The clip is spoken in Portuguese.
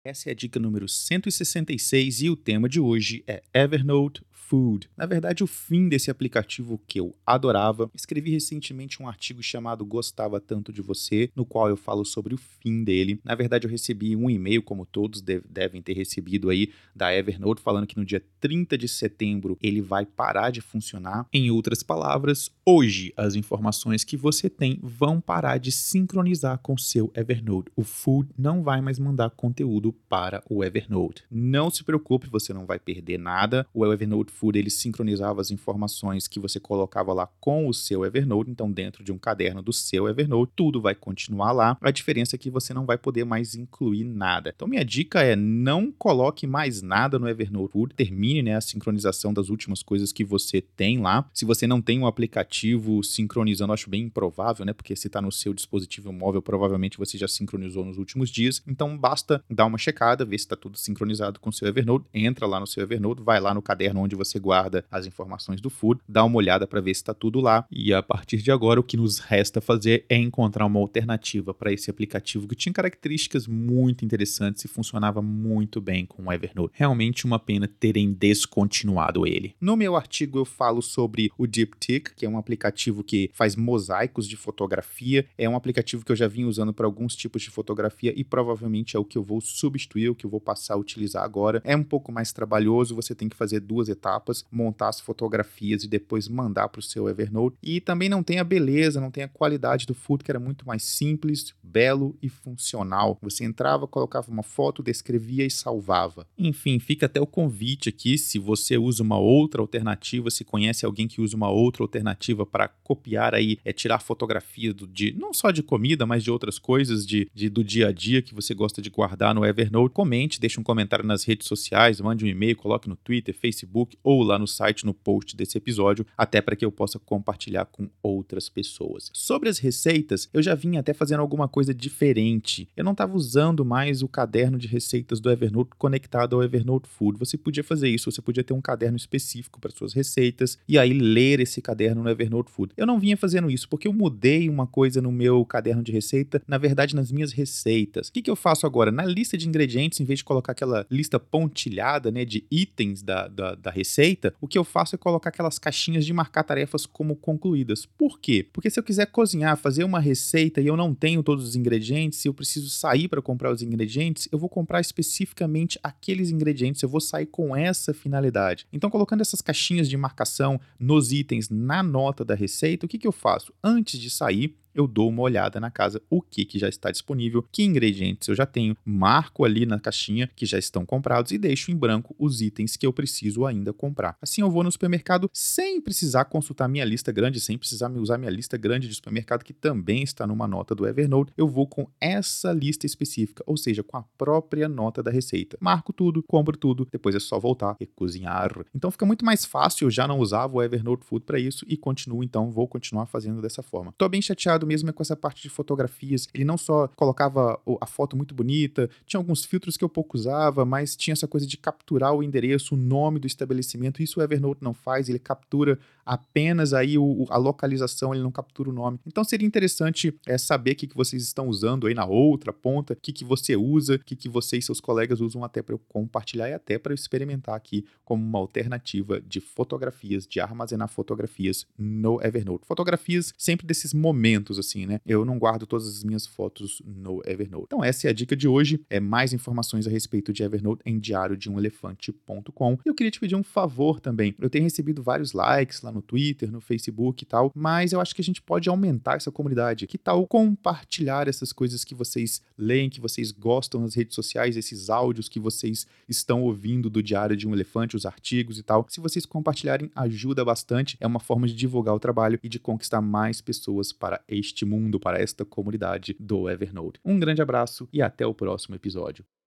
Essa é a dica número 166 e o tema de hoje é Evernote Food. Na verdade, o fim desse aplicativo que eu adorava. Escrevi recentemente um artigo chamado Gostava Tanto de Você, no qual eu falo sobre o fim dele. Na verdade, eu recebi um e-mail, como todos devem ter recebido aí, da Evernote, falando que no dia 30 de setembro ele vai parar de funcionar. Em outras palavras, hoje as informações que você tem vão parar de sincronizar com o seu Evernote. O Food não vai mais mandar conteúdo para o Evernote. Não se preocupe, você não vai perder nada. O Evernote Food ele sincronizava as informações que você colocava lá com o seu Evernote, então dentro de um caderno do seu Evernote, tudo vai continuar lá. A diferença é que você não vai poder mais incluir nada. Então minha dica é não coloque mais nada no Evernote Food, termine, a sincronização das últimas coisas que você tem lá. Se você não tem um aplicativo sincronizando, eu acho bem improvável, porque se está no seu dispositivo móvel, provavelmente você já sincronizou nos últimos dias. Então basta dar uma checada, ver se está tudo sincronizado com o seu Evernote, entra lá no seu Evernote, vai lá no caderno onde você guarda as informações do Food, dá uma olhada para ver se está tudo lá e a partir de agora o que nos resta fazer é encontrar uma alternativa para esse aplicativo que tinha características muito interessantes e funcionava muito bem com o Evernote. Realmente uma pena terem descontinuado ele. No meu artigo eu falo sobre o Diptyque, que é um aplicativo que faz mosaicos de fotografia, é um aplicativo que eu já vim usando para alguns tipos de fotografia e provavelmente é o que eu vou substituir, o que eu vou passar a utilizar agora. É um pouco mais trabalhoso, você tem que fazer 2 etapas, montar as fotografias e depois mandar para o seu Evernote. E também não tem a beleza, não tem a qualidade do Food, que era muito mais simples, belo e funcional. Você entrava, colocava uma foto, descrevia e salvava. Enfim, fica até o convite aqui, se você usa uma outra alternativa, se conhece alguém que usa uma outra alternativa para copiar aí, tirar fotografia não só de comida, mas de outras coisas do dia a dia que você gosta de guardar no Evernote, comente, deixe um comentário nas redes sociais, mande um e-mail, coloque no Twitter, Facebook ou lá no site, no post desse episódio, até para que eu possa compartilhar com outras pessoas. Sobre as receitas, eu já vim até fazendo alguma coisa diferente. Eu não estava usando mais o caderno de receitas do Evernote conectado ao Evernote Food. Você podia fazer isso, você podia ter um caderno específico para suas receitas e aí ler esse caderno no Evernote Food. Eu não vinha fazendo isso porque eu mudei uma coisa no meu caderno de receita, na verdade nas minhas receitas. O que eu faço agora? Na lista de ingredientes, em vez de colocar aquela lista pontilhada, de itens da receita, o que eu faço é colocar aquelas caixinhas de marcar tarefas como concluídas. Por quê? Porque se eu quiser cozinhar, fazer uma receita e eu não tenho todos os ingredientes, se eu preciso sair para comprar os ingredientes, eu vou comprar especificamente aqueles ingredientes, eu vou sair com essa finalidade. Então, colocando essas caixinhas de marcação nos itens na nota da receita, o que eu faço? Antes de sair, eu dou uma olhada na casa, o que já está disponível, que ingredientes eu já tenho, marco ali na caixinha que já estão comprados e deixo em branco os itens que eu preciso ainda comprar. Assim eu vou no supermercado sem precisar consultar minha lista grande, sem precisar usar minha lista grande de supermercado, que também está numa nota do Evernote. Eu vou com essa lista específica, ou seja, com a própria nota da receita. Marco tudo, compro tudo, depois é só voltar e cozinhar. Então fica muito mais fácil, eu já não usava o Evernote Food para isso e vou continuar fazendo dessa forma. Tô bem chateado mesmo com essa parte de fotografias. Ele não só colocava a foto muito bonita, tinha alguns filtros que eu pouco usava, mas tinha essa coisa de capturar o endereço, o nome do estabelecimento. Isso o Evernote não faz, ele captura apenas aí a localização, ele não captura o nome. Então seria interessante saber o que vocês estão usando aí na outra ponta, o que você usa, o que você e seus colegas usam, até para eu compartilhar e até para eu experimentar aqui como uma alternativa de fotografias, de armazenar fotografias no Evernote. Fotografias sempre desses momentos assim, Eu não guardo todas as minhas fotos no Evernote. Então essa é a dica de hoje. Mais informações a respeito de Evernote em diariodeumelephante.com. Eu queria te pedir um favor também. Eu tenho recebido vários likes lá no Twitter, no Facebook e tal, mas eu acho que a gente pode aumentar essa comunidade. Que tal compartilhar essas coisas que vocês leem, que vocês gostam nas redes sociais, esses áudios que vocês estão ouvindo do Diário de um Elefante, os artigos e tal. Se vocês compartilharem, ajuda bastante. É uma forma de divulgar o trabalho e de conquistar mais pessoas para este mundo, para esta comunidade do Evernote. Um grande abraço e até o próximo episódio.